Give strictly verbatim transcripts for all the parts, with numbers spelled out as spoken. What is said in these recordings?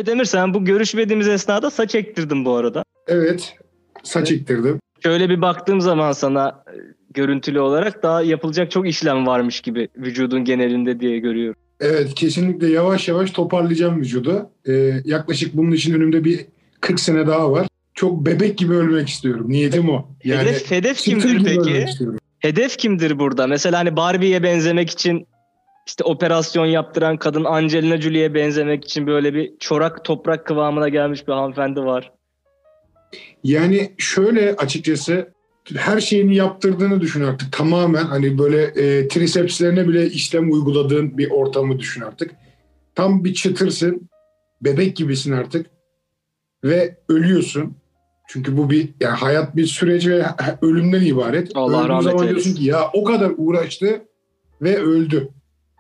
Evet Emir, sen bu görüşmediğimiz esnada saç ektirdin bu arada. Evet, saç Evet. ektirdim. Şöyle bir baktığım zaman sana görüntülü olarak daha yapılacak çok işlem varmış gibi vücudun genelinde diye görüyorum. Evet, kesinlikle yavaş yavaş toparlayacağım vücudu. Ee, yaklaşık bunun için önümde bir kırk sene daha var. Çok bebek gibi ölmek istiyorum. Niyetim o. Yani hedef hedef çıtır kimdir gibi peki? ölmek istiyorum. Hedef kimdir burada? Mesela hani Barbie'ye benzemek için işte operasyon yaptıran kadın, Angelina Jolie'ye benzemek için böyle bir çorak toprak kıvamına gelmiş bir hanımefendi var. Yani şöyle açıkçası her şeyini yaptırdığını düşün artık. Tamamen hani böyle e, trisepslerine bile işlem uyguladığın bir ortamı düşün artık. Tam bir çıtırsın. Bebek gibisin artık. Ve ölüyorsun. Çünkü bu bir yani hayat bir süreç ve ölümden ibaret. Allah Öldüğün rahmet zaman eylesin. diyorsun ki ya o kadar uğraştı ve öldü.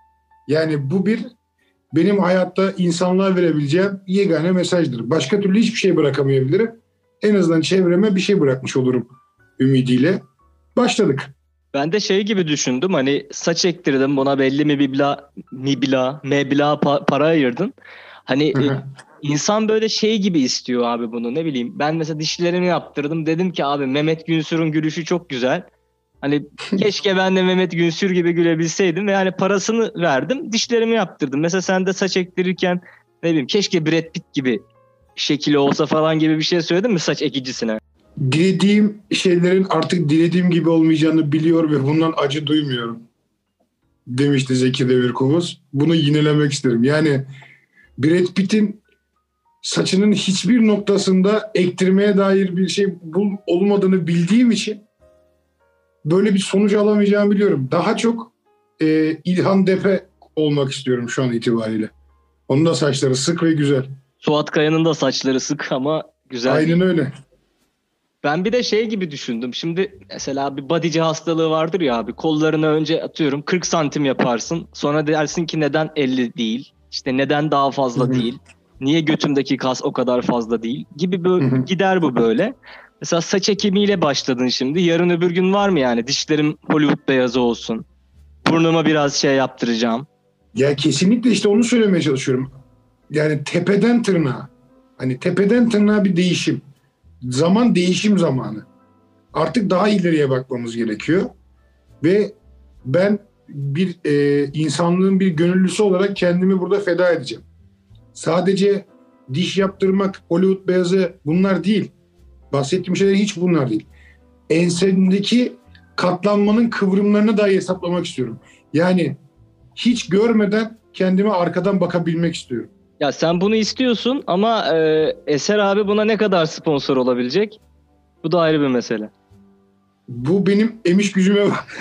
Yani bu bir benim hayatta insanlığa verebileceğim yegane mesajdır. Başka türlü hiçbir şey bırakamayabilirim. En azından çevreme bir şey bırakmış olurum ümidiyle. Başladık. Ben de şey gibi düşündüm, hani saç ektirdim, buna belli mi bibla, mibla, mebla pa- para ayırdın. Hani e, insan böyle şey gibi istiyor abi bunu, ne bileyim. Ben mesela dişlerimi yaptırdım, dedim ki abi Mehmet Günsür'ün gülüşü çok güzel. Hani keşke ben de Mehmet Günsür gibi gülebilseydim ve yani parasını verdim, dişlerimi yaptırdım. Mesela sen de saç ektirirken ne bileyim keşke Brad Pitt gibi şekili olsa falan gibi bir şey söyledin mi saç ekicisine? Dilediğim şeylerin artık dilediğim gibi olmayacağını biliyor ve bundan acı duymuyorum demişti Zeki Demirkubuz. Bunu yinelemek isterim. Yani Brad Pitt'in saçının hiçbir noktasında ektirmeye dair bir şey bul, olmadığını bildiğim için böyle bir sonuç alamayacağımı biliyorum. Daha çok e, İlhan Depe olmak istiyorum şu an itibariyle. Onun da saçları sık ve güzel. Suat Kaya'nın da saçları sık ama güzel Aynen değil. öyle. Ben bir de şey gibi düşündüm. Şimdi mesela bir bodyci hastalığı vardır ya abi. Kollarını önce atıyorum kırk santim yaparsın. Sonra dersin ki neden elli değil? İşte neden daha fazla Hı hı. değil? Niye götümdeki kas o kadar fazla değil? Gibi böyle Hı hı. gider bu böyle. Mesela saç ekimiyle başladın şimdi. Yarın öbür gün var mı yani? Dişlerim Hollywood beyazı olsun. Burnuma biraz şey yaptıracağım. Ya kesinlikle işte onu söylemeye çalışıyorum. Yani tepeden tırnağa. Hani tepeden tırnağa bir değişim. Zaman değişim zamanı. Artık daha ileriye bakmamız gerekiyor. Ve ben bir e, insanlığın bir gönüllüsü olarak kendimi burada feda edeceğim. Sadece diş yaptırmak, Hollywood beyazı bunlar değil. Bahsettiğim şeyler hiç bunlar değil. Ensendeki katlanmanın kıvrımlarını dahi hesaplamak istiyorum. Yani hiç görmeden kendime arkadan bakabilmek istiyorum. Ya sen bunu istiyorsun ama e, Eser abi buna ne kadar sponsor olabilecek? Bu da ayrı bir mesele. Bu benim emiş gücüme bak.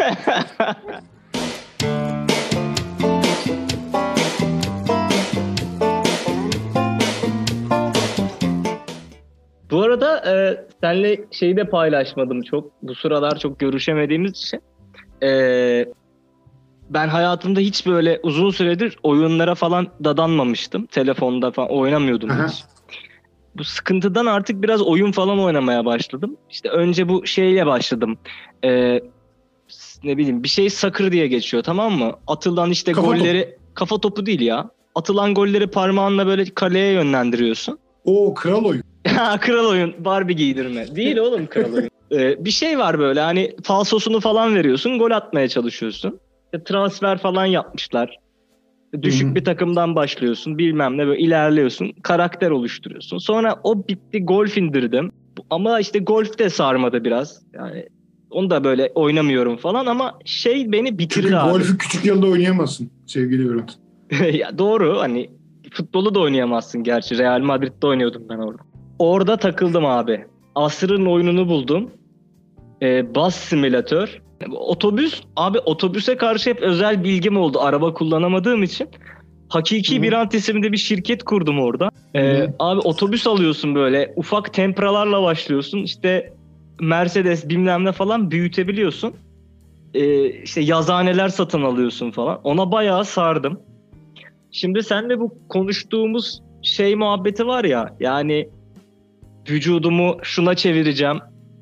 Bu arada e, senle şeyi de paylaşmadım çok. Bu sıralar çok görüşemediğimiz için. E, ben hayatımda hiç böyle uzun süredir oyunlara falan dadanmamıştım. Telefonda falan oynamıyordum Aha. hiç. Bu sıkıntıdan artık biraz oyun falan oynamaya başladım. İşte önce bu şeyle başladım. E, ne bileyim bir şey Soccer diye geçiyor, tamam mı? Atılan işte Kafa golleri, kafa topu değil ya. Atılan golleri parmağınla böyle kaleye yönlendiriyorsun. O kral oyun. Kral oyun, Barbie giydirme. Değil oğlum kral oyun. Ee, bir şey var böyle, hani falsosunu falan veriyorsun, gol atmaya çalışıyorsun. İşte transfer falan yapmışlar. Düşük Hı-hı. bir takımdan başlıyorsun, bilmem ne, böyle ilerliyorsun, karakter oluşturuyorsun. Sonra o bitti, golf indirdim. Ama işte golf de sarmadı biraz. Yani onu da böyle oynamıyorum falan ama şey beni bitirdi Çünkü abi. golfü küçük yılda oynayamazsın sevgili Bülent. Ya doğru, hani futbolu da oynayamazsın gerçi. Real Madrid'de oynuyordum ben orada. Orada takıldım abi. Asrın oyununu buldum. Ee, bus simülatör. Otobüs, abi otobüse karşı hep özel bilgim oldu araba kullanamadığım için. Hakiki Hı-hı. Birant isimli bir şirket kurdum orada. Ee, abi otobüs alıyorsun, böyle ufak tempralarla başlıyorsun. İşte Mercedes bilmem ne falan büyütebiliyorsun. Ee, işte yazhaneler satın alıyorsun falan. Ona bayağı sardım. Şimdi seninle bu konuştuğumuz şey muhabbeti var ya, yani vücudumu şuna çevireceğim,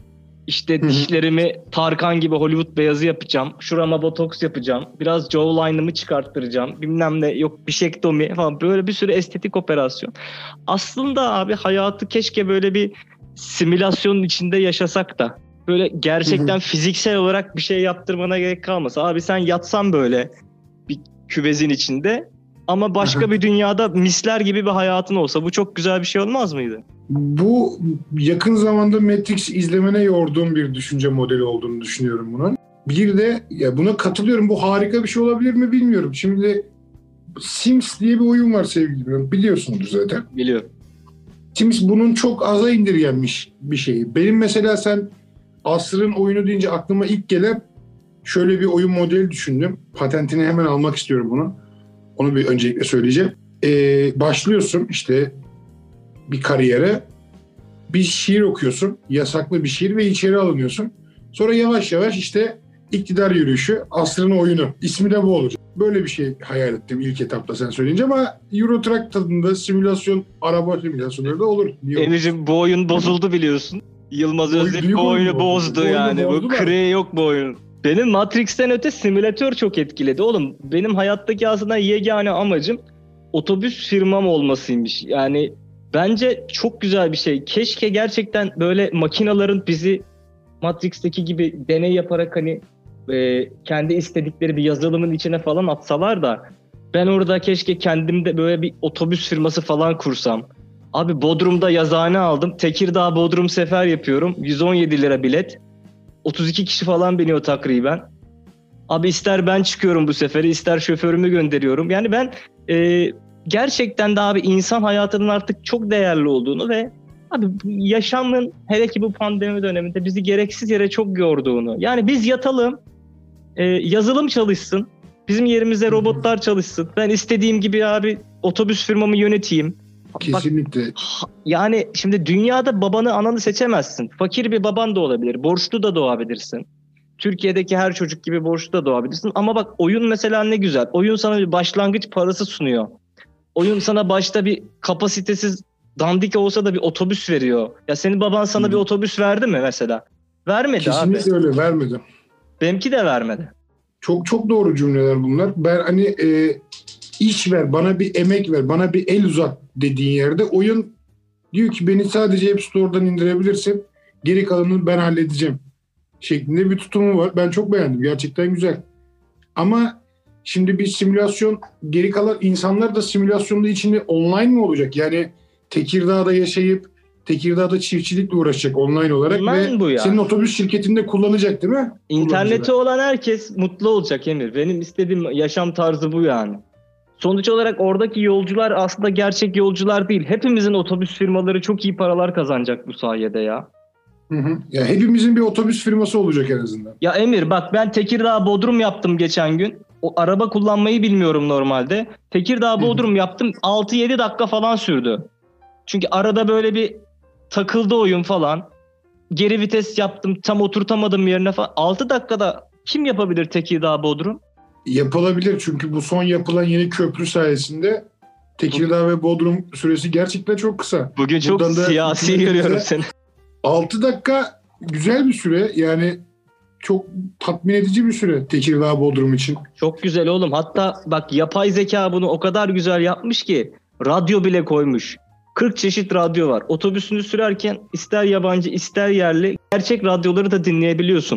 İşte dişlerimi Tarkan gibi Hollywood beyazı yapacağım. Şurama botoks yapacağım. Biraz jawline'ımı çıkarttıracağım. Bilmem ne, yok bişektomi falan, böyle bir sürü estetik operasyon. Aslında abi hayatı keşke böyle bir simülasyonun içinde yaşasak da böyle gerçekten fiziksel olarak bir şey yaptırmana gerek kalmasa. Abi sen yatsan böyle bir küvezin içinde ama başka bir dünyada misler gibi bir hayatın olsa, bu çok güzel bir şey olmaz mıydı? Bu yakın zamanda Matrix izlemene yorduğum bir düşünce modeli olduğunu düşünüyorum bunun. Bir de ya buna katılıyorum. Bu harika bir şey olabilir mi bilmiyorum. Şimdi Sims diye bir oyun var sevgili, biliyorsunuz zaten. Biliyorum. Sims bunun çok aza indirgenmiş bir şeyi. Benim mesela sen asrın oyunu deyince aklıma ilk gelen şöyle bir oyun modeli düşündüm. Patentini hemen almak istiyorum bunu. Onu bir öncelikle söyleyeceğim. Ee, başlıyorsun işte bir kariyere. Bir şiir okuyorsun. Yasaklı bir şiir ve içeri alınıyorsun. Sonra yavaş yavaş işte iktidar yürüyüşü, asrın oyunu. İsmi de bu olacak. Böyle bir şey hayal ettim ilk etapta sen söyleyince ama Euro Truck tadında simülasyon, araba simülasyonları da olur. Emir'cim bu oyun bozuldu biliyorsun. Yılmaz Özdemir bu oyunu bozdu, bozdu yani. Bu kreye yok bu oyun. Benim Matrix'ten öte simülatör çok etkiledi oğlum. Benim hayattaki aslında yegane amacım otobüs firmam olmasıymış. Yani bence çok güzel bir şey. Keşke gerçekten böyle makinaların bizi Matrix'teki gibi deney yaparak hani e, kendi istedikleri bir yazılımın içine falan atsalar da ben orada keşke kendimde böyle bir otobüs firması falan kursam. Abi Bodrum'da yazıhane aldım. Tekirdağ Bodrum sefer yapıyorum. yüz on yedi lira bilet. otuz iki kişi falan biniyor takriben. Abi ister ben çıkıyorum bu seferi, ister şoförümü gönderiyorum. Yani ben e, gerçekten de abi insan hayatının artık çok değerli olduğunu ve abi yaşamın hele ki bu pandemi döneminde bizi gereksiz yere çok yorduğunu. Yani biz yatalım, e, yazılım çalışsın, bizim yerimize robotlar çalışsın. Ben istediğim gibi abi otobüs firmamı yöneteyim. Kesinlikle. Bak, yani şimdi dünyada babanı ananı seçemezsin. Fakir bir baban da olabilir, borçlu da doğabilirsin. Türkiye'deki her çocuk gibi borçlu da doğabilirsin. Ama bak oyun mesela ne güzel. Oyun sana bir başlangıç parası sunuyor. Oyun sana başta bir kapasitesiz dandik olsa da bir otobüs veriyor. Ya senin baban sana Hı. bir otobüs verdi mi mesela? Vermedi Kesinlikle abi. Kesinlikle öyle vermedi. Benimki de vermedi. Çok çok doğru cümleler bunlar. Ben hani e, iş ver, bana bir emek ver, bana bir el uzat dediğin yerde oyun diyor ki beni sadece App Store'dan indirebilirsin. Geri kalanını ben halledeceğim şeklinde bir tutumu var. Ben çok beğendim. Gerçekten güzel. Ama şimdi bir simülasyon, geri kalan insanlar da simülasyonda içinde online mi olacak? Yani Tekirdağ'da yaşayıp Tekirdağ'da çiftçilikle uğraşacak online olarak online ve bu ya. Senin otobüs şirketinde kullanacak değil mi? İnterneti olan herkes mutlu olacak Emir. Benim istediğim yaşam tarzı bu yani. Sonuç olarak oradaki yolcular aslında gerçek yolcular değil. Hepimizin otobüs firmaları çok iyi paralar kazanacak bu sayede ya. Hı hı. Ya hepimizin bir otobüs firması olacak en azından. Ya Emir bak ben Tekirdağ Bodrum yaptım geçen gün. O araba kullanmayı bilmiyorum normalde. Tekirdağ Bodrum yaptım. altı yedi dakika falan sürdü. Çünkü arada böyle bir takıldı oyun falan. Geri vites yaptım. Tam oturtamadım yerine falan. altı dakikada kim yapabilir Tekirdağ Bodrum? Yapılabilir çünkü bu son yapılan yeni köprü sayesinde Tekirdağ ve Bodrum süresi gerçekten çok kısa. Bugün çok Buradan siyasi görüyorum seni. altı dakika güzel bir süre. Yani çok tatmin edici bir süre Tekirdağ Bodrum için. Çok güzel oğlum. Hatta bak yapay zeka bunu o kadar güzel yapmış ki radyo bile koymuş. kırk çeşit radyo var. Otobüsünü sürerken ister yabancı ister yerli gerçek radyoları da dinleyebiliyorsun.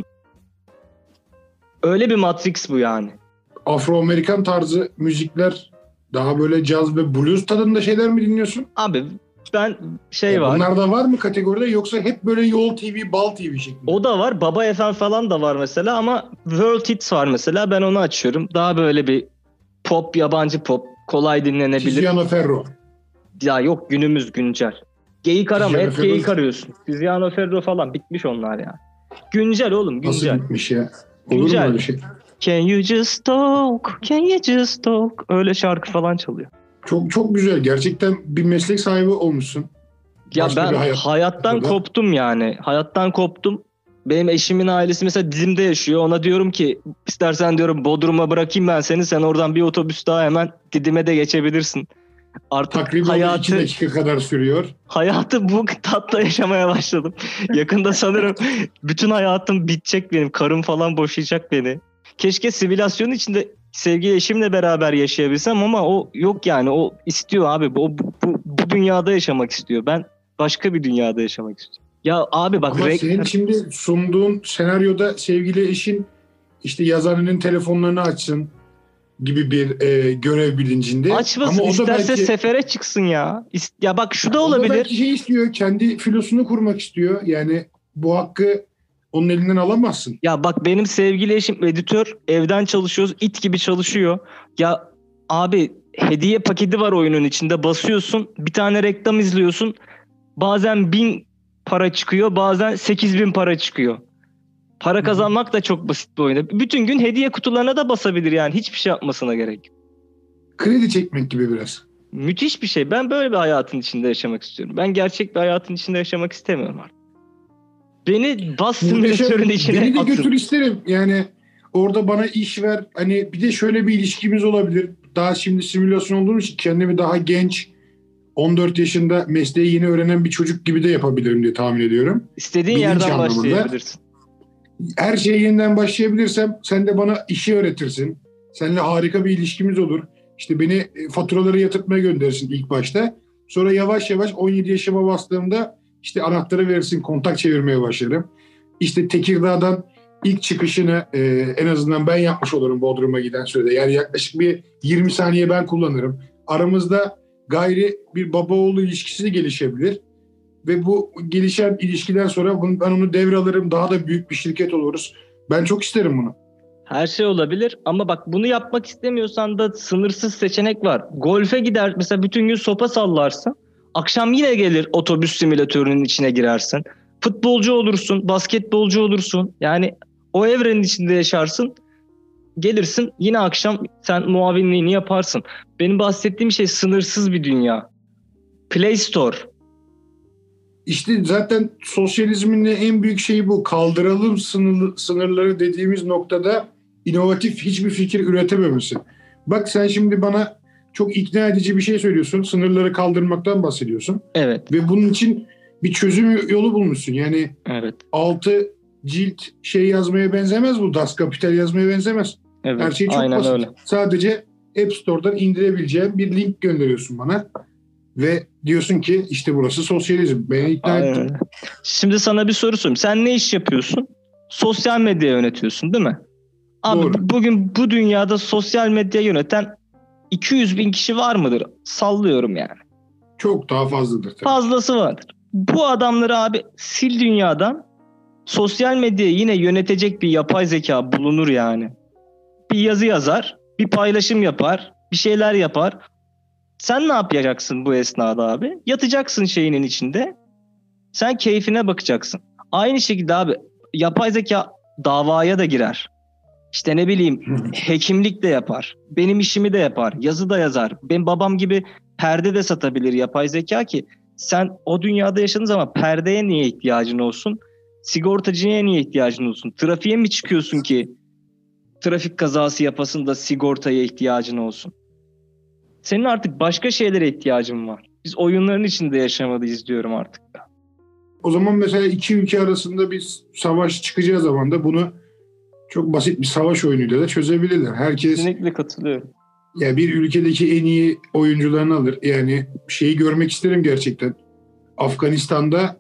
Öyle bir Matrix bu yani. Afro-Amerikan tarzı müzikler, daha böyle caz ve blues tadında şeyler mi dinliyorsun? Abi ben şey ya var. Bunlar da var mı kategoride yoksa hep böyle Yol T V, Bal T V şeklinde? O da var. Baba F M falan da var mesela ama World Hits var mesela. Ben onu açıyorum. Daha böyle bir pop, yabancı pop. Kolay dinlenebilir. Tiziano Ferro. Ya yok günümüz güncel. Geyik arama. Hep geyik arıyorsun. Tiziano Ferro falan. Bitmiş onlar ya. Güncel oğlum güncel. Nasıl bitmiş ya? Olur güncel. mu öyle şey? Can you just talk? Can you just talk? Öyle şarkı falan çalıyor. Çok çok güzel. Gerçekten bir meslek sahibi olmuşsun. Ya Başka ben hayat, hayattan burada. koptum yani. Hayattan koptum. Benim eşimin ailesi mesela Didim'de yaşıyor. Ona diyorum ki istersen diyorum Bodrum'a bırakayım ben seni. Sen oradan bir otobüs daha hemen Didim'e de geçebilirsin. Artık Takribi hayatı, iki dakika kadar sürüyor. Hayatı bu tatla yaşamaya başladım. Yakında sanırım bütün hayatım bitecek benim. Karım falan boşayacak beni. Keşke simülasyonun içinde sevgili eşimle beraber yaşayabilsem ama o yok yani. O istiyor abi. O bu, bu, bu dünyada yaşamak istiyor. Ben başka bir dünyada yaşamak istiyorum. Ya abi bak. Ama re- senin şimdi sunduğun senaryoda sevgili eşin işte yazarının telefonlarını açsın gibi bir e, görev bilincinde. Açmasın, ama o isterse da belki, sefere çıksın ya. İst- ya bak şu da o olabilir. da belki şey istiyor, kendi filosunu kurmak istiyor. Yani bu hakkı onun elinden alamazsın. Ya bak benim sevgili eşim editör, evden çalışıyoruz, it gibi çalışıyor. Ya abi hediye paketi var oyunun içinde, basıyorsun bir tane reklam izliyorsun. Bazen bin para çıkıyor, bazen sekiz bin para çıkıyor. Para kazanmak da çok basit bir oyunda. Bütün gün hediye kutularına da basabilir yani, hiçbir şey yapmasına gerek yok. Kredi çekmek gibi biraz. Müthiş bir şey. Ben böyle bir hayatın içinde yaşamak istiyorum. Ben gerçek bir hayatın içinde yaşamak istemiyorum artık. Beni bas simülatörün içine Beni de atın. götür isterim. Yani orada bana iş ver. Hani bir de şöyle bir ilişkimiz olabilir. Daha şimdi simülasyon olduğum için kendimi daha genç, on dört yaşında mesleği yeni öğrenen bir çocuk gibi de yapabilirim diye tahmin ediyorum. İstediğin Bilinç yerden anlamında. başlayabilirsin. Her şeye yeniden başlayabilirsem sen de bana işi öğretirsin. Seninle harika bir ilişkimiz olur. İşte beni faturaları yatırtmaya gönderirsin ilk başta. Sonra yavaş yavaş on yedi yaşıma bastığımda işte anahtarı verirsin, kontak çevirmeye başlarım. İşte Tekirdağ'dan ilk çıkışını e, en azından ben yapmış olurum Bodrum'a giden sürede. Yani yaklaşık bir yirmi saniye ben kullanırım. Aramızda gayri bir baba oğlu ilişkisi gelişebilir. Ve bu gelişen ilişkiden sonra bunu, ben onu devralırım. Daha da büyük bir şirket oluruz. Ben çok isterim bunu. Her şey olabilir ama bak bunu yapmak istemiyorsan da sınırsız seçenek var. Golfe gider mesela, bütün gün sopa sallarsın. Akşam yine gelir otobüs simülatörünün içine girersin. Futbolcu olursun, basketbolcu olursun. Yani o evrenin içinde yaşarsın. Gelirsin yine akşam sen muavinliğini yaparsın. Benim bahsettiğim şey sınırsız bir dünya. Play Store. İşte zaten sosyalizmin en büyük şeyi bu. Kaldıralım sınırlı, sınırları dediğimiz noktada inovatif hiçbir fikir üretememesi. Bak sen şimdi bana çok ikna edici bir şey söylüyorsun. Sınırları kaldırmaktan bahsediyorsun. Evet. Ve bunun için bir çözüm yolu bulmuşsun. Yani evet. altı cilt şey yazmaya benzemez bu. Das Kapital yazmaya benzemez. Evet. Her şey çok Aynen basit. öyle. Sadece App Store'dan indirebileceğin bir link gönderiyorsun bana. Ve diyorsun ki işte burası sosyalizm. Beni ikna ettin. Şimdi sana bir soru sorayım. Sen ne iş yapıyorsun? Sosyal medya yönetiyorsun değil mi? Abi Doğru. Bugün bu dünyada sosyal medya yöneten iki yüz bin kişi var mıdır? Sallıyorum yani. Çok daha fazladır tabii. Fazlası vardır. Bu adamları abi sil dünyadan, sosyal medyayı yine yönetecek bir yapay zeka bulunur yani. Bir yazı yazar, bir paylaşım yapar, bir şeyler yapar. Sen ne yapacaksın bu esnada abi? Yatacaksın şeyinin içinde. Sen keyfine bakacaksın. Aynı şekilde abi yapay zeka davaya da girer. İşte ne bileyim hekimlik de yapar. Benim işimi de yapar. Yazı da yazar. Benim babam gibi perde de satabilir yapay zeka ki sen o dünyada yaşadığın zaman perdeye niye ihtiyacın olsun? Sigortacıya niye ihtiyacın olsun? Trafiğe mi çıkıyorsun ki trafik kazası yapasın da sigortaya ihtiyacın olsun? Senin artık başka şeylere ihtiyacın var. Biz oyunların içinde yaşamalıyız diyorum artık da. O zaman mesela iki ülke arasında bir savaş çıkacağı zaman da bunu çok basit bir savaş oyunuyla da çözebilirler. Herkes kesinlikle katılıyorum. Ya bir ülkedeki en iyi oyuncularını alır. Yani şeyi görmek isterim gerçekten. Afganistan'da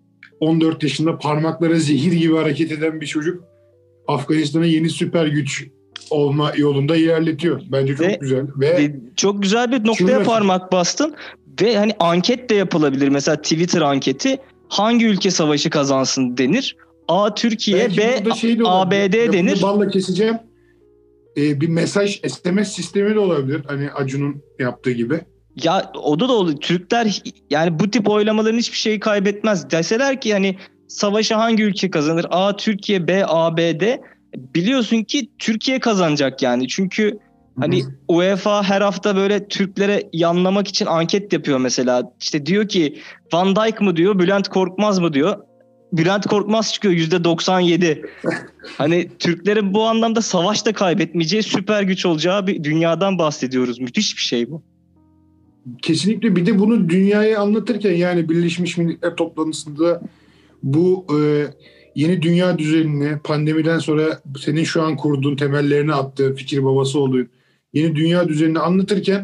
on dört yaşında parmaklara zehir gibi hareket eden bir çocuk Afganistan'a yeni süper güç olma yolunda ilerletiyor. Bence çok ve, güzel. Ve, ve çok güzel bir noktaya şunlar... parmak bastın. Ve hani anket de yapılabilir. Mesela Twitter anketi, hangi ülke savaşı kazansın denir. A Türkiye, B şey A B D denir. Balla keseceğim. Ee, bir mesaj S M S sistemi de olabilir. Hani Acun'un yaptığı gibi. Ya o da da olur. Türkler yani bu tip oylamaların hiçbir şeyi kaybetmez. Deseler ki hani savaşı hangi ülke kazanır? A Türkiye, B A B D. Biliyorsun ki Türkiye kazanacak yani. Çünkü hani UEFA her hafta böyle Türklere yanlamak için anket yapıyor mesela. İşte diyor ki Van Dijk mı diyor, Bülent Korkmaz mı diyor. Bülent Korkmaz çıkıyor yüzde doksan yedi. Hani Türklerin bu anlamda savaşta kaybetmeyeceği, süper güç olacağı bir dünyadan bahsediyoruz. Müthiş bir şey bu. Kesinlikle. Bir de bunu dünyaya anlatırken, yani Birleşmiş Milletler toplantısında bu e, yeni dünya düzenini, pandemiden sonra senin şu an kurduğun, temellerini attığın, fikir babası olduğun yeni dünya düzenini anlatırken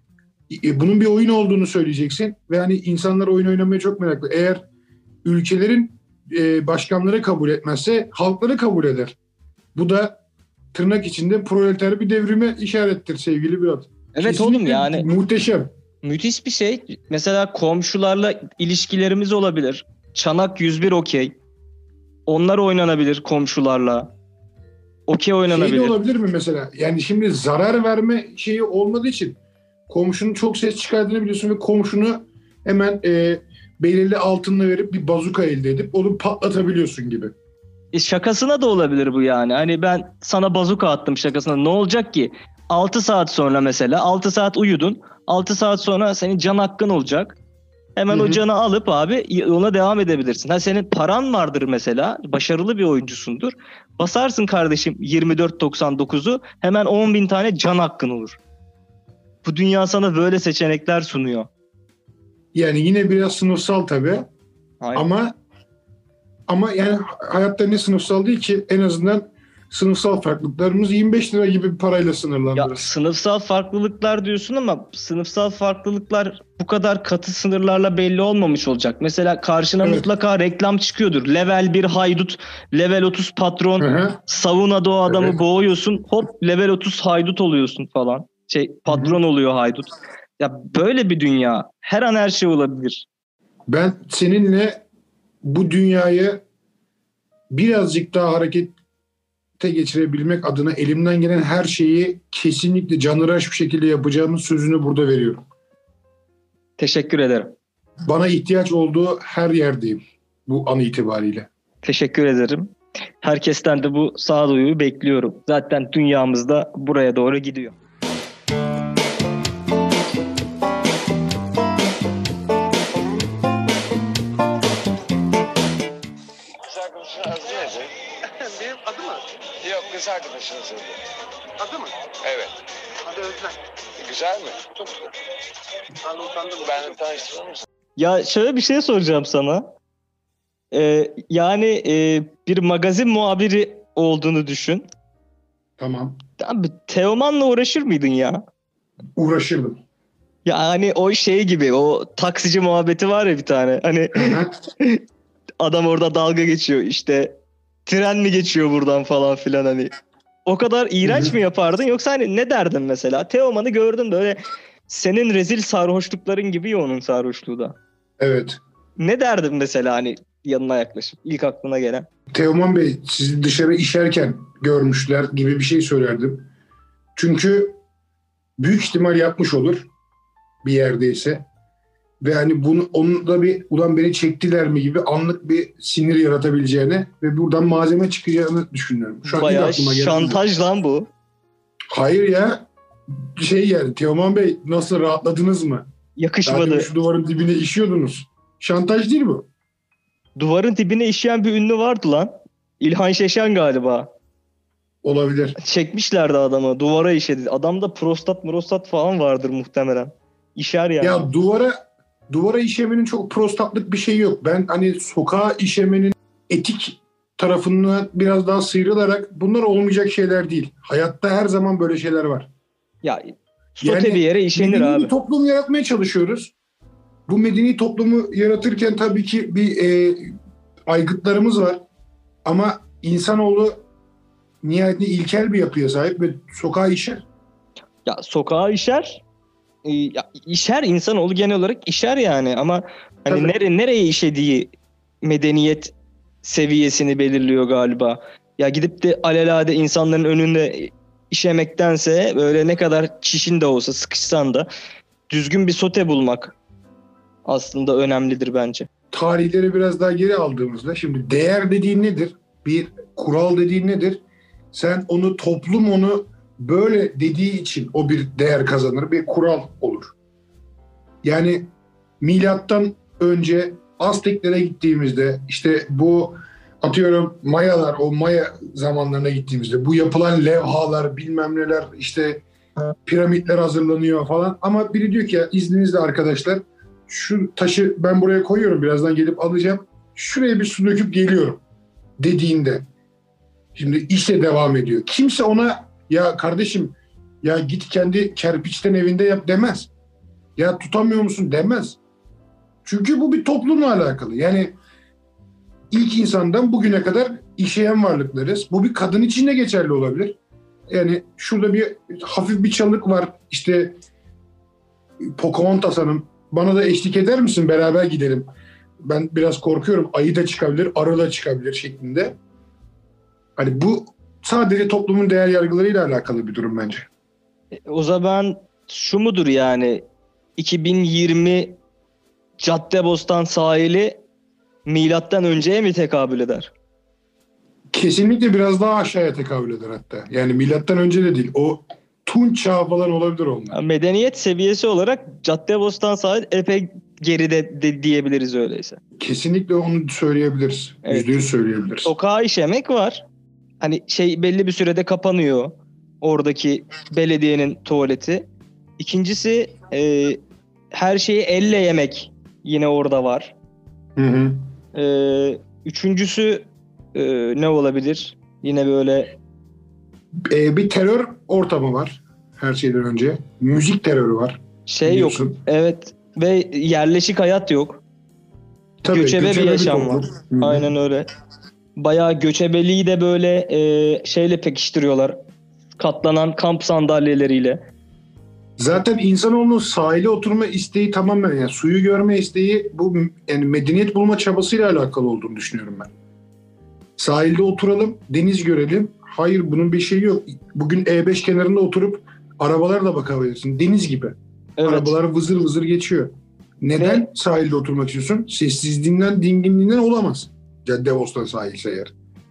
e, bunun bir oyun olduğunu söyleyeceksin ve hani insanlar oyun oynamaya çok meraklı. Eğer ülkelerin e, başkanları kabul etmezse halkları kabul eder. Bu da tırnak içinde proleter bir devrime işarettir sevgili Berat. Evet Kesinlikle oğlum, yani muhteşem. müthiş bir şey. Mesela komşularla ilişkilerimiz olabilir. Çanak yüz bir okey. Onlar oynanabilir komşularla. Okey oynanabilir. Şey de olabilir mi mesela? Yani şimdi zarar verme şeyi olmadığı için komşunun çok ses çıkardığını biliyorsun ve komşunu hemen e, belirli altınla verip bir bazuka elde edip onu patlatabiliyorsun gibi. E şakasına da olabilir bu yani. Hani ben sana bazuka attım şakasına. Ne olacak ki? altı saat sonra mesela altı saat uyudun. altı saat sonra senin can hakkın olacak. Hemen Hı hı. o canı alıp abi yoluna devam edebilirsin. Ha, senin paran vardır mesela. Başarılı bir oyuncusundur. Basarsın kardeşim yirmi dört doksan dokuzu, hemen on bin tane can hakkın olur. Bu dünya sana böyle seçenekler sunuyor. Yani yine biraz sınıfsal tabii. Aynen. Ama ama yani hayatta ne sınıfsal değil ki, en azından sınıfsal farklılıklarımız yirmi beş lira gibi bir parayla Ya sınırlandırır. sınıfsal farklılıklar diyorsun ama sınıfsal farklılıklar bu kadar katı sınırlarla belli olmamış olacak. Mesela karşına Evet. mutlaka reklam çıkıyordur. Level bir haydut, level otuz patron, Hı hı. savunada o adamı Evet. boğuyorsun, hop level otuz haydut oluyorsun falan. Şey, patron oluyor haydut. Ya böyle bir dünya. Her an her şey olabilir. Ben seninle bu dünyayı birazcık daha harekete geçirebilmek adına elimden gelen her şeyi kesinlikle canhıraş bir şekilde yapacağımın sözünü burada veriyorum. Teşekkür ederim. Bana ihtiyaç olduğu her yerdeyim bu an itibariyle. Teşekkür ederim. Herkesten de bu sağduyuyu bekliyorum. Zaten dünyamız da buraya doğru gidiyor. Kız arkadaşının adı nedir? Benim adı mı? Yok, kız arkadaşının adı. Adı mı? Evet. Adı Özlem. Güzel mi? Çok güzel. Ben de utandım. Benimle tanıştırır mısın? Ya şöyle bir şey soracağım sana. Ee, yani e, bir magazin muhabiri olduğunu düşün. Tamam. Abi Teoman'la uğraşır mıydın ya? Uğraşırdım. Ya hani o şey gibi, o taksici muhabbeti var ya bir tane. Hani Hı hı. adam orada dalga geçiyor, işte tren mi geçiyor buradan falan filan hani. O kadar iğrenç Hı hı. mi yapardın, yoksa hani ne derdin mesela? Teoman'ı gördün böyle, senin rezil sarhoşlukların gibi ya onun sarhoşluğu da. Evet. Ne derdin mesela hani yanına yaklaşıp ilk aklına gelen? Teoman Bey, sizi dışarı işerken görmüşler gibi bir şey söylerdim. Çünkü büyük ihtimal yapmış olur bir yerdeyse. Ve hani bunu, onun da bir ulan beni çektiler mi gibi anlık bir sinir yaratabileceğine ve buradan malzeme çıkacağını düşünüyorum. Şu an ilk Bayağı aklıma geldi. şantaj lan bu. Hayır ya, şey yani Teoman Bey, nasıl, rahatladınız mı? Daha Yakışmadı. demin şu duvarın dibine işiyordunuz. Şantaj değil bu. Duvarın dibine işeyen bir ünlü vardı lan. İlhan Şeşen galiba. Olabilir. Çekmişlerdi adamı. Duvara işedi. Adamda prostat prostat falan vardır muhtemelen. İşer yani. Ya duvara duvara işemenin çok prostatlık bir şey yok. Ben hani sokağa işemenin etik tarafından biraz daha sıyrılarak, bunlar olmayacak şeyler değil. Hayatta her zaman böyle şeyler var. Ya sote Yani bir yere işenir medeni abi. bir toplum yaratmaya çalışıyoruz. Bu medeni toplumu yaratırken tabii ki bir e, aygıtlarımız var. Ama insanoğlu nihayetinde ilkel bir yapıya sahip ve sokağa işer. Ya sokağa işer. Ee, ya işer, insanoğlu genel olarak işer yani, ama hani Tabii. nere, nereye işediği medeniyet seviyesini belirliyor galiba. Ya gidip de alelade insanların önünde işemektense, böyle ne kadar çişin de olsa, sıkışsan da düzgün bir sote bulmak aslında önemlidir bence. Tarihleri biraz daha geri aldığımızda, şimdi değer dediğin nedir? Bir kural dediğin nedir? Sen onu, toplum onu böyle dediği için o bir değer kazanır, bir kural olur. Yani milattan önce Azteklere gittiğimizde, işte bu atıyorum Mayalar, o Maya zamanlarına gittiğimizde bu yapılan levhalar, bilmem neler, işte Piramitler hazırlanıyor falan. Ama biri diyor ki ya izninizle arkadaşlar şu taşı ben buraya koyuyorum birazdan gelip alacağım. Şuraya bir su döküp geliyorum dediğinde şimdi işe devam ediyor. Kimse ona ya kardeşim ya git kendi kerpiçten evinde yap demez. Ya tutamıyor musun demez. Çünkü bu bir toplumla alakalı. Yani ilk insandan bugüne kadar işeyen varlıklarız. Bu bir kadın için de geçerli olabilir. Yani şurada bir hafif bir çalık var. İşte Pocahontas Hanım bana da eşlik eder misin? Beraber gidelim. Ben biraz korkuyorum. Ayı da çıkabilir, arı da çıkabilir şeklinde. Hani bu sadece toplumun değer yargılarıyla alakalı bir durum bence. O zaman şu mudur yani iki bin yirmi Caddebostan sahili milattan önceye mi tekabül eder? Kesinlikle biraz daha aşağıya tekabül eder hatta. Yani milattan önce de değil. O Tunç çağı falan olabilir onlar. Medeniyet seviyesi olarak Caddebostan sahil epey geride de diyebiliriz öyleyse. Kesinlikle onu söyleyebiliriz. Evet. Yüzde yüz söyleyebiliriz. Sokağa işemek var. Hani şey belli bir sürede kapanıyor oradaki belediyenin tuvaleti. İkincisi e, her şeyi elle yemek yine orada var. Hı hı. E, üçüncüsü e, ne olabilir? Yine böyle Ee, bir terör ortamı var her şeyden önce. Müzik terörü var. şey Biliyorsun. yok. Evet ve yerleşik hayat yok. Tabii, göçebe, bir yaşam toplum. var. Hı hı. Aynen öyle. Bayağı göçebeliği de böyle e, şeyle pekiştiriyorlar. Katlanan kamp sandalyeleriyle. Zaten insanoğlunun sahile oturma isteği tamamen yani suyu görme isteği bu yani medeniyet bulma çabasıyla alakalı olduğunu düşünüyorum ben. Sahilde oturalım, deniz görelim. Hayır bunun bir şeyi yok. Bugün E beş kenarında oturup arabalara da bakabilirsin. Deniz gibi. Evet. Arabalar vızır vızır geçiyor. Neden Ve- sahilde oturmak istiyorsun? Sessizliğinden, dinginliğinden olamaz. Caddebostan sahilse eğer.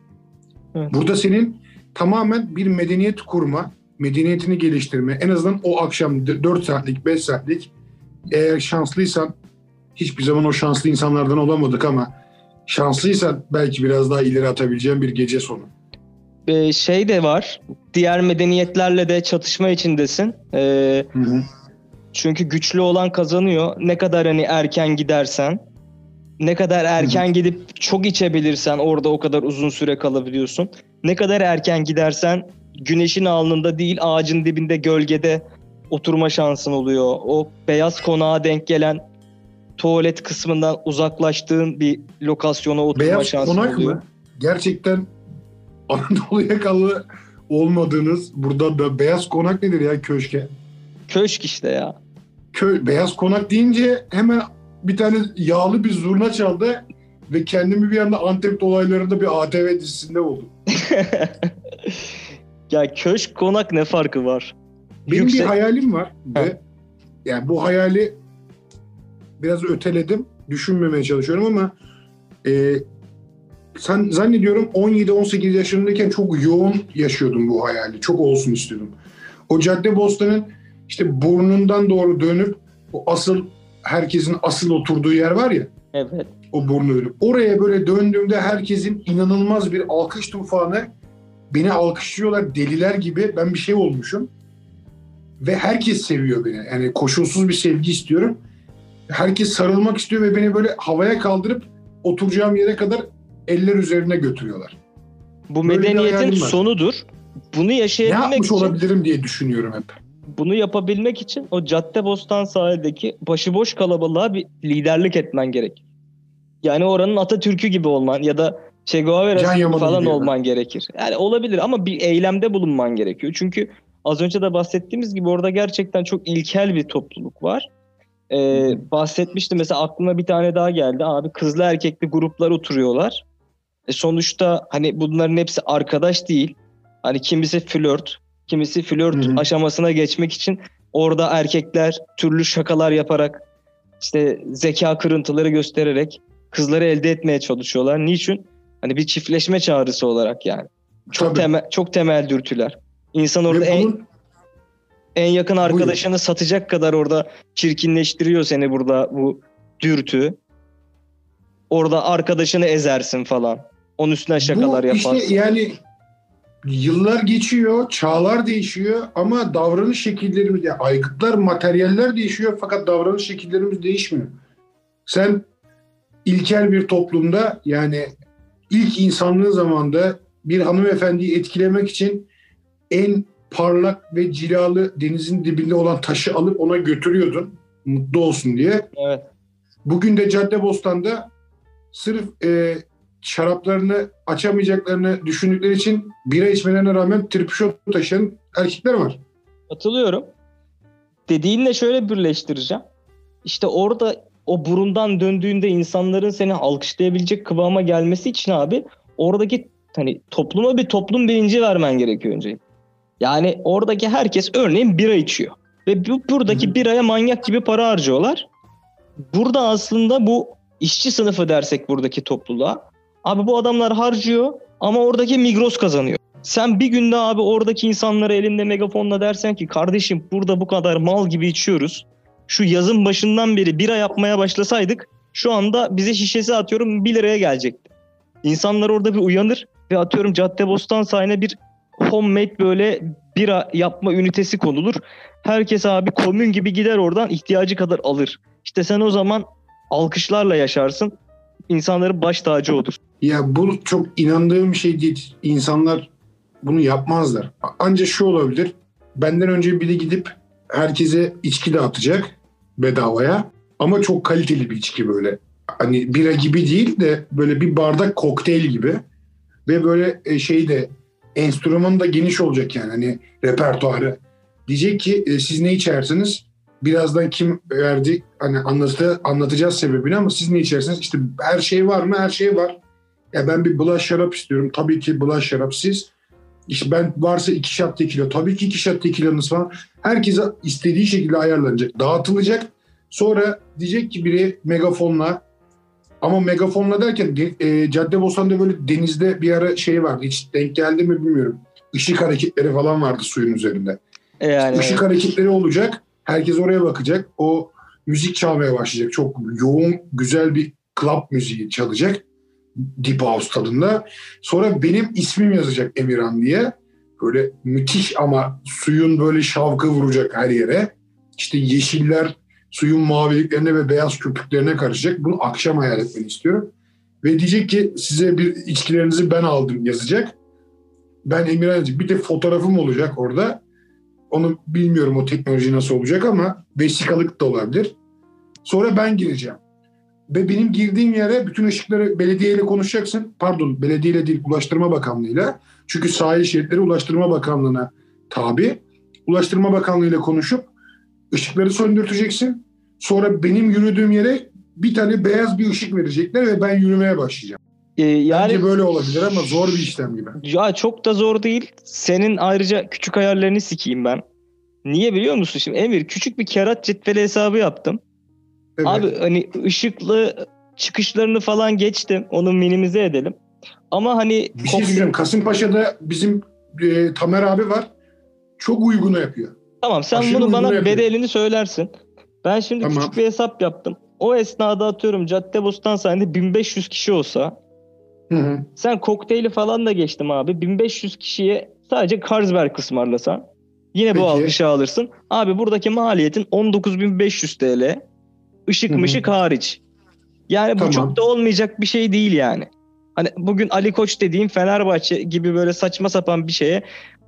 Evet. Burada senin tamamen bir medeniyet kurma, medeniyetini geliştirme. En azından o akşam dört saatlik, beş saatlik eğer şanslıysan hiçbir zaman o şanslı insanlardan olamadık ama şanslıysan belki biraz daha ileri atabileceğin bir gece sonu. E, şey de var. Diğer medeniyetlerle de çatışma içindesin. E, Hı hı. çünkü güçlü olan kazanıyor. Ne kadar hani erken gidersen, ne kadar erken gidip çok içebilirsen orada o kadar uzun süre kalabiliyorsun. Ne kadar erken gidersen güneşin alnında değil ağacın dibinde gölgede oturma şansın oluyor. O beyaz konağa denk gelen tuvalet kısmından uzaklaştığın bir lokasyona oturma Beyaz şansın konak oluyor. mı? Gerçekten Anadolu yakalı olmadığınız burada da beyaz konak nedir ya köşke? Köşk işte ya. Köy, beyaz konak deyince hemen bir tane yağlı bir zurna çaldı ve kendimi bir anda Antep dolaylarında bir A T V dizisinde buldum. Ya köşk konak ne farkı var? Benim Yüksek- bir hayalim var Ha. ve yani bu hayali biraz öteledim. Düşünmemeye çalışıyorum ama e, sen zannediyorum on yedi on sekiz yaşındayken çok yoğun yaşıyordum bu hayali. Çok olsun istiyordum. O Caddebostan'ın işte burnundan doğru dönüp o asıl herkesin asıl oturduğu yer var ya. Evet. O burnu ölüp. Oraya böyle döndüğümde herkesin inanılmaz bir alkış tufanı. Beni alkışlıyorlar deliler gibi. Ben bir şey olmuşum. Ve herkes seviyor beni. Yani koşulsuz bir sevgi istiyorum. Herkes sarılmak istiyor ve beni böyle havaya kaldırıp oturacağım yere kadar eller üzerine götürüyorlar. Bu Böyle bir medeniyetin hayalim var. sonudur. Bunu Ne yaşayabilmek yapmış için olabilirim diye düşünüyorum hep. bunu yapabilmek için o Caddebostan sahildeki başıboş kalabalığa bir liderlik etmen gerek. Yani oranın Atatürk'ü gibi olman ya da Che Can Guevara'sı Yaman'ı falan gibi olman gerekir. Yani olabilir ama bir eylemde bulunman gerekiyor. Çünkü az önce de bahsettiğimiz gibi orada gerçekten çok ilkel bir topluluk var. Ee, bahsetmiştim mesela aklıma bir tane daha geldi. Abi kızlı erkekli gruplar oturuyorlar. E sonuçta hani bunların hepsi arkadaş değil. Hani kimisi flört, kimisi flört Hı hı. aşamasına geçmek için orada erkekler türlü şakalar yaparak işte zeka kırıntıları göstererek kızları elde etmeye çalışıyorlar. Niçin? Hani bir çiftleşme çağrısı olarak yani. Çok Tabii. temel çok temel dürtüler. İnsan orada Ve en, bunun en yakın arkadaşını satacak kadar orada çirkinleştiriyor seni burada bu dürtü. Orada arkadaşını ezersin falan. Onun üstüne şakalar bu yaparsın. işte yani yıllar geçiyor, çağlar değişiyor ama davranış şekillerimiz, yani aygıtlar, materyaller değişiyor fakat davranış şekillerimiz değişmiyor. Sen ilkel bir toplumda, yani ilk insanlığı zamanında bir hanımefendiyi etkilemek için en parlak ve cilalı denizin dibinde olan taşı alıp ona götürüyordun mutlu olsun diye. Evet. Bugün de Caddebostan'da sırf e, şaraplarını açamayacaklarını düşündükleri için bira içmelerine rağmen tripşot taşıyan erkekler var. Katılıyorum. Dediğinle şöyle birleştireceğim. İşte orada o burundan döndüğünde insanların seni alkışlayabilecek kıvama gelmesi için abi oradaki hani topluma bir toplum bilinci vermen gerekiyor önce. Yani oradaki herkes örneğin bira içiyor. Ve bu, buradaki Hı-hı. biraya manyak gibi para harcıyorlar. Burada aslında bu işçi sınıfı dersek buradaki topluluğa. Abi bu adamlar harcıyor ama oradaki Migros kazanıyor. Sen bir günde abi oradaki insanlara elinde megafonla dersen ki kardeşim burada bu kadar mal gibi içiyoruz. Şu yazın başından beri bira yapmaya başlasaydık şu anda bize şişesi atıyorum bir liraya gelecekti. İnsanlar orada bir uyanır ve atıyorum Caddebostan sahine bir homemade böyle bira yapma ünitesi konulur. Herkes abi komün gibi gider oradan ihtiyacı kadar alır. İşte sen o zaman alkışlarla yaşarsın. İnsanların baş tacı olur. Ya bu çok inandığım bir şey değil. İnsanlar bunu yapmazlar. Ancak şu olabilir. Benden önce biri gidip herkese içki dağıtacak bedavaya. Ama çok kaliteli bir içki böyle. Hani bira gibi değil de böyle bir bardak kokteyl gibi. Ve böyle şey de enstrümanı da geniş olacak yani. Hani repertuarı. Diyecek ki siz ne içersiniz? Birazdan kim verdi hani anlatı, anlatacağız sebebini ama siz ne içersiniz? İşte her şey var mı? Her şey var. Ya ben bir bulaş şarap istiyorum. Tabii ki bulaş şarap siz. İşte ben varsa iki şat tekila. Tabii ki iki şat tekilanız var. Herkese istediği şekilde ayarlanacak. Dağıtılacak. Sonra diyecek ki biri megafonla, ama megafonla derken e, Caddebostan'da böyle denizde bir ara şey vardı. Hiç denk geldi mi bilmiyorum. Işık hareketleri falan vardı suyun üzerinde. Yani, Işık evet. hareketleri olacak. Herkes oraya bakacak. O müzik çalmaya başlayacak. Çok yoğun, güzel bir club müziği çalacak. Deep House tadında. Sonra benim ismim yazacak Emirhan diye. Böyle müthiş ama suyun böyle şavkı vuracak her yere. İşte yeşiller suyun maviliklerine ve beyaz köpüklerine karışacak. Bunu akşam hayal etmeni istiyorum. Ve diyecek ki size bir içkilerinizi ben aldım yazacak. Ben Emirhan yazacak. Bir de fotoğrafım olacak orada. Onu bilmiyorum o teknoloji nasıl olacak ama vesikalık da olabilir. Sonra ben gireceğim. Ve benim girdiğim yere bütün ışıkları belediyeyle konuşacaksın. Pardon, belediyeyle değil, Ulaştırma Bakanlığı'yla. Çünkü sahil şeritleri Ulaştırma Bakanlığı'na tabi. Ulaştırma Bakanlığı'yla konuşup ışıkları söndürteceksin. Sonra benim yürüdüğüm yere bir tane beyaz bir ışık verecekler ve ben yürümeye başlayacağım. Ee, yani, bence böyle olabilir ama zor bir işlem gibi. Ya çok da zor değil. Senin ayrıca küçük ayarlarını sikeyim ben. Niye biliyor musun? Şimdi Emir küçük bir kerat cetveli hesabı yaptım. Evet. Abi hani ışıklı çıkışlarını falan geçtim. Onu minimize edelim. Ama hani... Bir şey söyleyeceğim. Kasımpaşa'da bizim e, Tamer abi var. Çok uygunu yapıyor. Tamam sen Aşırı bunu bana yapıyor. bedelini söylersin. Ben şimdi tamam. Küçük bir hesap yaptım. O esnada atıyorum Caddebostan sahinde bin beş yüz kişi olsa hı hı. Sen kokteyli falan da geçtim abi. bin beş yüz kişiye sadece Carlsberg ısmarlasan yine Peki. Bu alkışı alırsın. Abi buradaki maliyetin on dokuz bin beş yüz TL. Işık mışık hariç. Yani tamam. Bu çok da olmayacak bir şey değil yani. Hani bugün Ali Koç dediğim Fenerbahçe gibi böyle saçma sapan bir şeye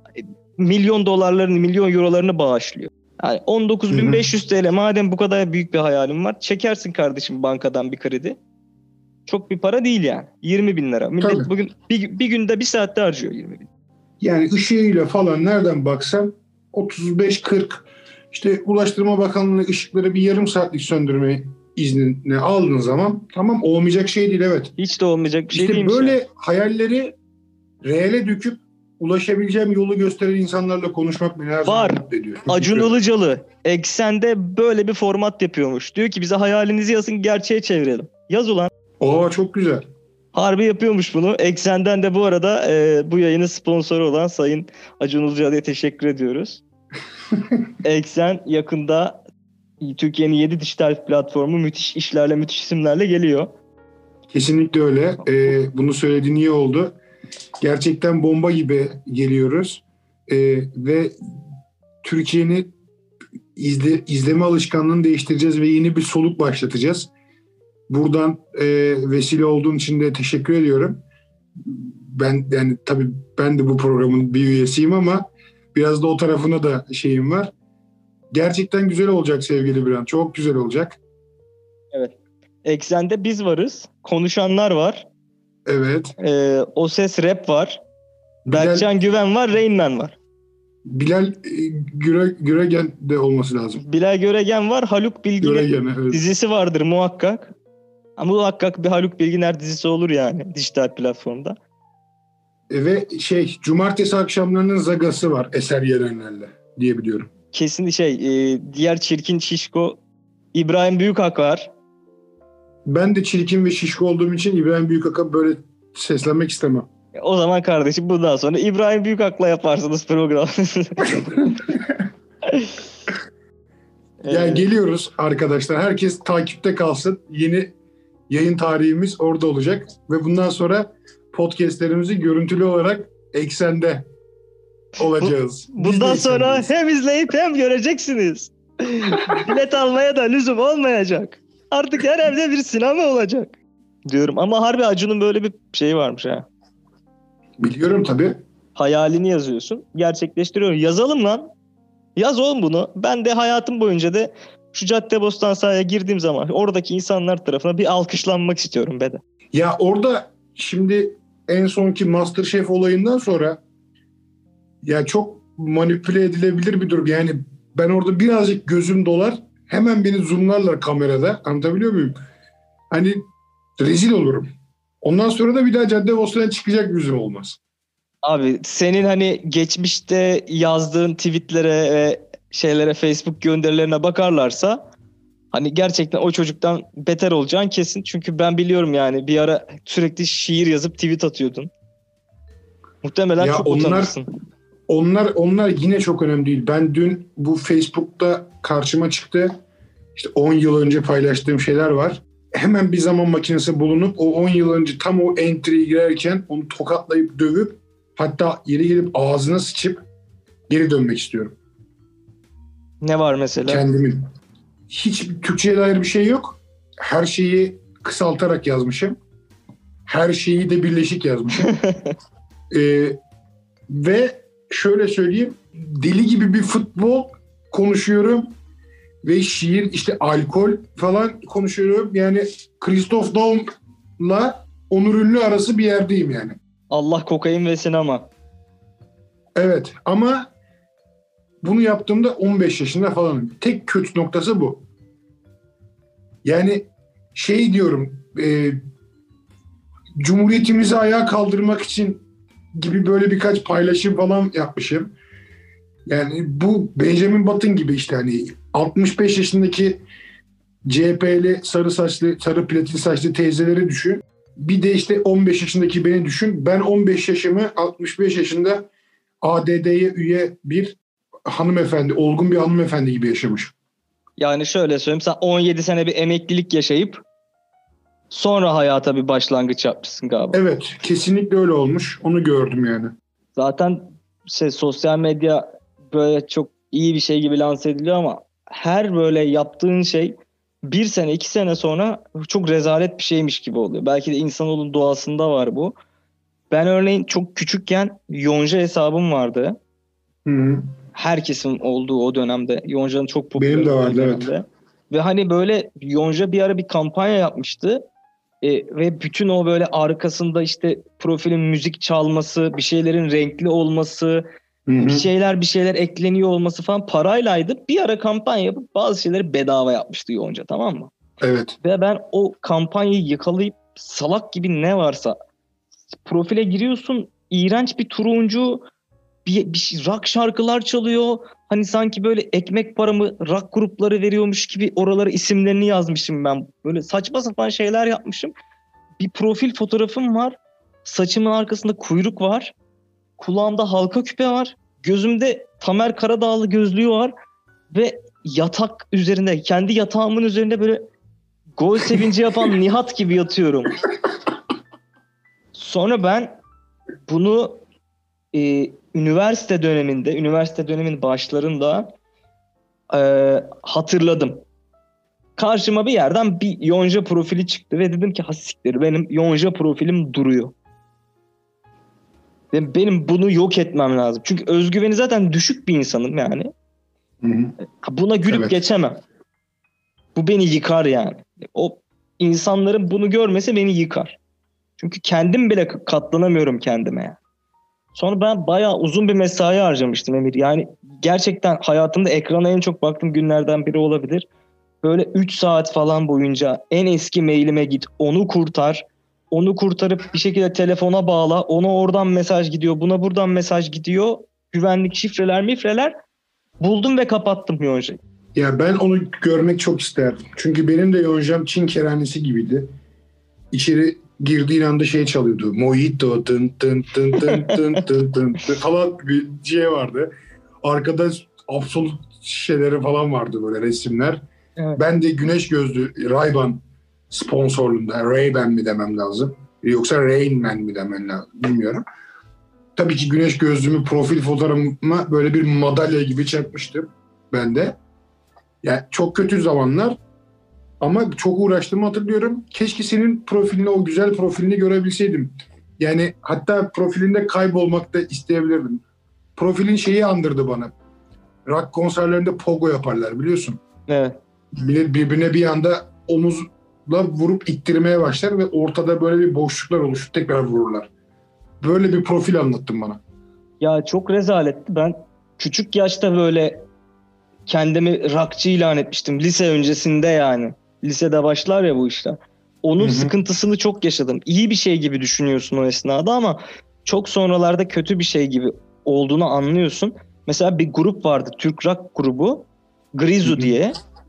milyon dolarlarını, milyon eurolarını bağışlıyor. Yani on dokuz bin beş yüz TL madem bu kadar büyük bir hayalim var. Çekersin kardeşim bankadan bir kredi. Çok bir para değil yani. yirmi bin lira. Millet Tabii. bugün bir, bir günde bir saatte harcıyor yirmi bin. Yani ışığıyla falan nereden baksan otuz beş kırk işte Ulaştırma Bakanlığı ışıkları bir yarım saatlik söndürme iznini aldığın zaman tamam olmayacak şey değil evet. Hiç de olmayacak bir şey işte değilmiş. İşte böyle yani. Hayalleri reale döküp ulaşabileceğim yolu gösteren insanlarla konuşmak beni her zaman mutlu ediyor. Acun Ilıcalı Eksen'de böyle bir format yapıyormuş. Diyor ki bize hayalinizi yazın gerçeğe çevirelim. Yaz ulan. Oo çok güzel. Harbi yapıyormuş bunu. Eksen'den de bu arada e, bu yayının sponsoru olan Sayın Acun Ilıcalı'ya teşekkür ediyoruz. Eksen yakında Türkiye'nin yedi dijital platformu müthiş işlerle, müthiş isimlerle geliyor. Kesinlikle öyle. Ee, bunu söylediğin iyi oldu. Gerçekten bomba gibi geliyoruz. Ee, ve Türkiye'nin izle, izleme alışkanlığını değiştireceğiz ve yeni bir soluk başlatacağız. Buradan e, vesile olduğun için de teşekkür ediyorum. Ben yani tabii ben de bu programın bir üyesiyim ama biraz da o tarafına da şeyim var. Gerçekten güzel olacak sevgili Bülent. Çok güzel olacak. Evet. Eksende biz varız. Konuşanlar var. Evet. Ee, O Ses Rap var. Bilal, Berkcan Güven var. Rain Man var. Bilal e, Güre, Göregen de olması lazım. Bilal Göregen var. Haluk Bilginer'in Göregen, evet. dizisi vardır muhakkak. Ama muhakkak bir Haluk Bilginer dizisi olur yani dijital platformda. E, ve şey cumartesi akşamlarının zagası var Eser Yerenler'le diye biliyorum. Kesin şey e, diğer çirkin şişko İbrahim Büyükak var. Ben de çirkin ve şişko olduğum için İbrahim Büyükak'a böyle seslenmek istemem. O zaman kardeşim bundan sonra İbrahim Büyükak'la yaparsınız programı. Yani Ee, geliyoruz arkadaşlar. Herkes takipte kalsın. Yeni yayın tarihimiz orada olacak. Ve bundan sonra podcastlerimizi görüntülü olarak eksende olacağız. Biz de Bundan sonra eksendeyiz. hem izleyip hem göreceksiniz. Bilet almaya da lüzum olmayacak. Artık her evde bir sinema olacak. Diyorum ama harbi Acun'un böyle bir şeyi varmış ha. Biliyorum tabii. Hayalini yazıyorsun. Gerçekleştiriyor. Yazalım lan. Yaz oğlum bunu. Ben de hayatım boyunca da şu Caddebostan sahaya girdiğim zaman oradaki insanlar tarafından bir alkışlanmak istiyorum be de. Ya orada şimdi en sonki MasterChef olayından sonra ya çok manipüle edilebilir bir durum. Yani ben orada birazcık gözüm dolar. Hemen beni zoomlarlar kamerada. Anlatabiliyor muyum? Hani rezil olurum. Ondan sonra da bir daha Caddebostan'a çıkacak yüzüm olmaz. Abi senin hani geçmişte yazdığın tweetlere ve şeylere Facebook gönderilerine bakarlarsa hani gerçekten o çocuktan beter olacağın kesin. Çünkü ben biliyorum yani bir ara sürekli şiir yazıp tweet atıyordun. Muhtemelen Ya çok onlar- utanırsın. Onlar onlar yine çok önemli değil. Ben dün bu Facebook'ta karşıma çıktı. İşte on yıl önce paylaştığım şeyler var. Hemen bir zaman makinesi bulunup o on yıl önce tam o entry'ye girerken onu tokatlayıp dövüp hatta yeri gelip ağzına sıçıp geri dönmek istiyorum. Ne var mesela? Kendimin. Hiç Türkçe'ye dair bir şey yok. Her şeyi kısaltarak yazmışım. Her şeyi de birleşik yazmışım. ee, ve şöyle söyleyeyim, deli gibi bir futbol konuşuyorum ve şiir, işte alkol falan konuşuyorum. Yani Christoph Daum'la Onur Ünlü arası bir yerdeyim yani. Allah, kokain ve sinema. Evet ama bunu yaptığımda on beş yaşında falanım. Tek kötü noktası bu. Yani şey diyorum, e, Cumhuriyetimizi ayağa kaldırmak için gibi böyle birkaç paylaşım falan yapmışım. Yani bu Benjamin Button gibi işte hani altmış beş yaşındaki C H P'li sarı saçlı, sarı platin saçlı teyzeleri düşün. Bir de işte on beş yaşındaki beni düşün. Ben on beş yaşımı altmış beş yaşında A D D'ye üye bir hanımefendi, olgun bir hanımefendi gibi yaşamış. Yani şöyle söyleyeyim, sen on yedi sene bir emeklilik yaşayıp sonra hayata bir başlangıç yapmışsın galiba. Evet, kesinlikle öyle olmuş. Onu gördüm yani. Zaten şey, sosyal medya böyle çok iyi bir şey gibi lanse ediliyor ama her böyle yaptığın şey bir sene iki sene sonra çok rezalet bir şeymiş gibi oluyor. Belki de insanoğlunun doğasında var bu. Ben örneğin çok küçükken Yonca hesabım vardı. Hı-hı. Herkesin olduğu o dönemde. Yonca'nın çok popüler Benim de olduğu vardı, dönemde. evet. Ve hani böyle Yonca bir ara bir kampanya yapmıştı. E, ve bütün o böyle arkasında işte profilin müzik çalması, bir şeylerin renkli olması, Hı-hı. bir şeyler bir şeyler ekleniyor olması falan paraylaydı. Bir ara kampanya yapıp bazı şeyleri bedava yapmıştı Yonca, tamam mı? Evet. Ve ben o kampanyayı yakalayıp salak gibi ne varsa profile giriyorsun, iğrenç bir turuncu bir, bir şey, rock şarkılar çalıyor. Hani sanki böyle ekmek paramı rock grupları veriyormuş gibi oralara isimlerini yazmışım ben. Böyle saçma sapan şeyler yapmışım. Bir profil fotoğrafım var. Saçımın arkasında kuyruk var. Kulağımda halka küpe var. Gözümde Tamer Karadağlı gözlüğü var. Ve yatak üzerinde, kendi yatağımın üzerinde böyle gol sevinci yapan Nihat gibi yatıyorum. Sonra ben bunu e, üniversite döneminde, üniversite dönemin başlarında e, hatırladım. Karşıma bir yerden bir Yonca profili çıktı ve dedim ki hasiktir, benim Yonca profilim duruyor. Benim, benim bunu yok etmem lazım. Çünkü özgüveni zaten düşük bir insanım yani. Hı hı. Buna gülüp Evet. geçemem. Bu beni yıkar yani. O insanların bunu görmesi beni yıkar. Çünkü kendim bile katlanamıyorum kendime yani. Sonra ben bayağı uzun bir mesai harcamıştım Emir. Yani gerçekten hayatımda ekrana en çok baktığım günlerden biri olabilir. Böyle üç saat falan boyunca en eski mailime git, onu kurtar. Onu kurtarıp bir şekilde telefona bağla. Ona oradan mesaj gidiyor, buna buradan mesaj gidiyor. Güvenlik şifreler mifreler. Buldum ve kapattım Yonca'yı. Ya ben onu görmek çok isterdim. Çünkü benim de yoncam Çin keranesi gibiydi. İçeri girdiğin anda şey çalıyordu. Mojito tın tın tın tın tın tın tın falan bir şey vardı. Arkada absolut şişeleri falan vardı, böyle resimler. Evet. Ben de güneş gözlü Ray-Ban sponsorluğunda, Ray-Ban mi demem lazım, yoksa Rain Man mi demem lazım bilmiyorum. Tabii ki güneş gözlüğümü profil fotoğrafıma böyle bir madalya gibi çakmıştım ben de. Yani çok kötü zamanlar ama çok uğraştığımı hatırlıyorum. Keşke senin profilini, o güzel profilini görebilseydim. Yani hatta profilinde kaybolmak da isteyebilirdim. Profilin şeyi andırdı bana. Rock konserlerinde pogo yaparlar biliyorsun. Evet. Birbirine bir anda omuzla vurup ittirmeye başlar ve ortada böyle bir boşluklar oluşur. Tekrar vururlar. Böyle bir profil anlattın bana. Ya çok rezaletti. Ben küçük yaşta böyle kendimi rockçı ilan etmiştim. Lise öncesinde yani. Lisede başlar ya bu işler. Onun Hı hı. sıkıntısını çok yaşadım. İyi bir şey gibi düşünüyorsun o esnada ama çok sonralarda kötü bir şey gibi olduğunu anlıyorsun. Mesela bir grup vardı. Türk rock grubu. Grizu Hı hı. diye.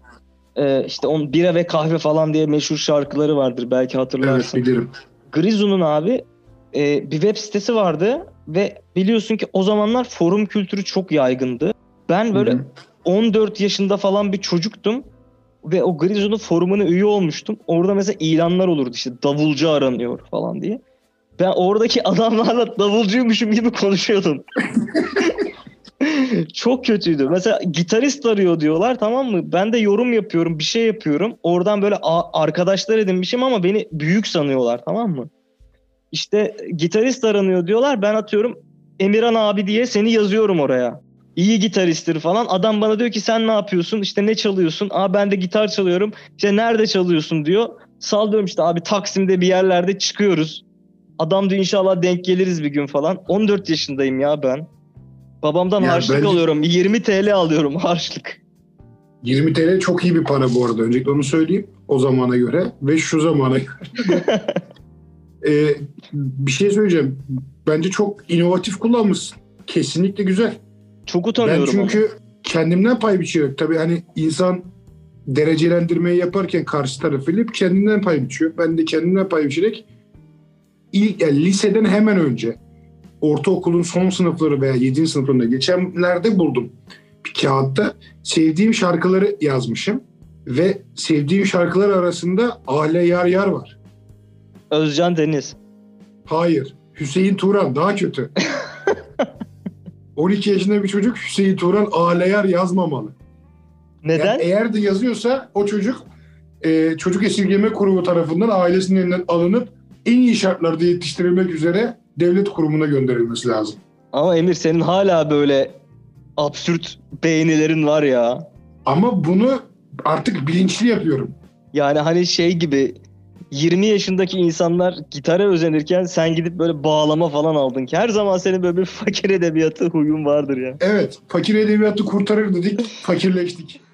Ee, işte on bira ve kahve falan diye meşhur şarkıları vardır. Belki hatırlarsın. Evet, bilirim. Grizu'nun abi e, bir web sitesi vardı ve biliyorsun ki o zamanlar forum kültürü çok yaygındı. Ben böyle Hı hı. on dört yaşında falan bir çocuktum ve o Grizu'nun forumuna üye olmuştum. Orada mesela ilanlar olurdu, işte davulcu aranıyor falan diye. Ben oradaki adamlarla davulcuymuşum gibi konuşuyordum. Çok kötüydü. Mesela gitarist arıyor diyorlar, tamam mı? Ben de yorum yapıyorum, bir şey yapıyorum. Oradan böyle a- arkadaşlar edinmişim ama beni büyük sanıyorlar, tamam mı? İşte gitarist aranıyor diyorlar. Ben atıyorum Emirhan abi diye seni yazıyorum oraya. İyi gitaristtir falan. Adam bana diyor ki sen ne yapıyorsun? İşte ne çalıyorsun? Aa ben de gitar çalıyorum. İşte nerede çalıyorsun diyor. Sallıyorum işte abi Taksim'de bir yerlerde çıkıyoruz. Adam diyor inşallah denk geliriz bir gün falan. on dört yaşındayım ya ben. Babamdan Ya harçlık bence- alıyorum. yirmi TL alıyorum harçlık. yirmi TL çok iyi bir para bu arada. Öncelikle onu söyleyeyim. O zamana göre ve şu zamana göre. ee, bir şey söyleyeceğim. Bence çok inovatif kullanmışsın. Kesinlikle güzel. Çok utanıyorum Ben çünkü ama. kendimden pay biçiyorum. Tabii hani insan derecelendirmeyi yaparken karşı tarafıyla hep kendinden pay biçiyor. Ben de kendimden pay biçerek ilk, yani liseden hemen önce ortaokulun son sınıfları veya yedinci sınıflarında geçenlerde buldum. Bir kağıtta sevdiğim şarkıları yazmışım ve sevdiğim şarkılar arasında Ale Yar Yar var. Özcan Deniz. Hayır. Hüseyin Turan daha kötü. on iki yaşında bir çocuk Hüseyin Turan Ale Yar yazmamalı. Neden? Yani eğer de yazıyorsa o çocuk e, çocuk esirgeme kurumu tarafından ailesinin elinden alınıp en iyi şartlarda yetiştirilmek üzere devlet kurumuna gönderilmesi lazım. Ama Emir senin hala böyle absürt beğenilerin var ya. Ama bunu artık bilinçli yapıyorum. Yani hani şey gibi yirmi yaşındaki insanlar gitara özenirken sen gidip böyle bağlama falan aldın ki her zaman senin böyle bir fakir edebiyatı huyun vardır ya. Evet, fakir edebiyatı kurtarır dedik, fakirleştik.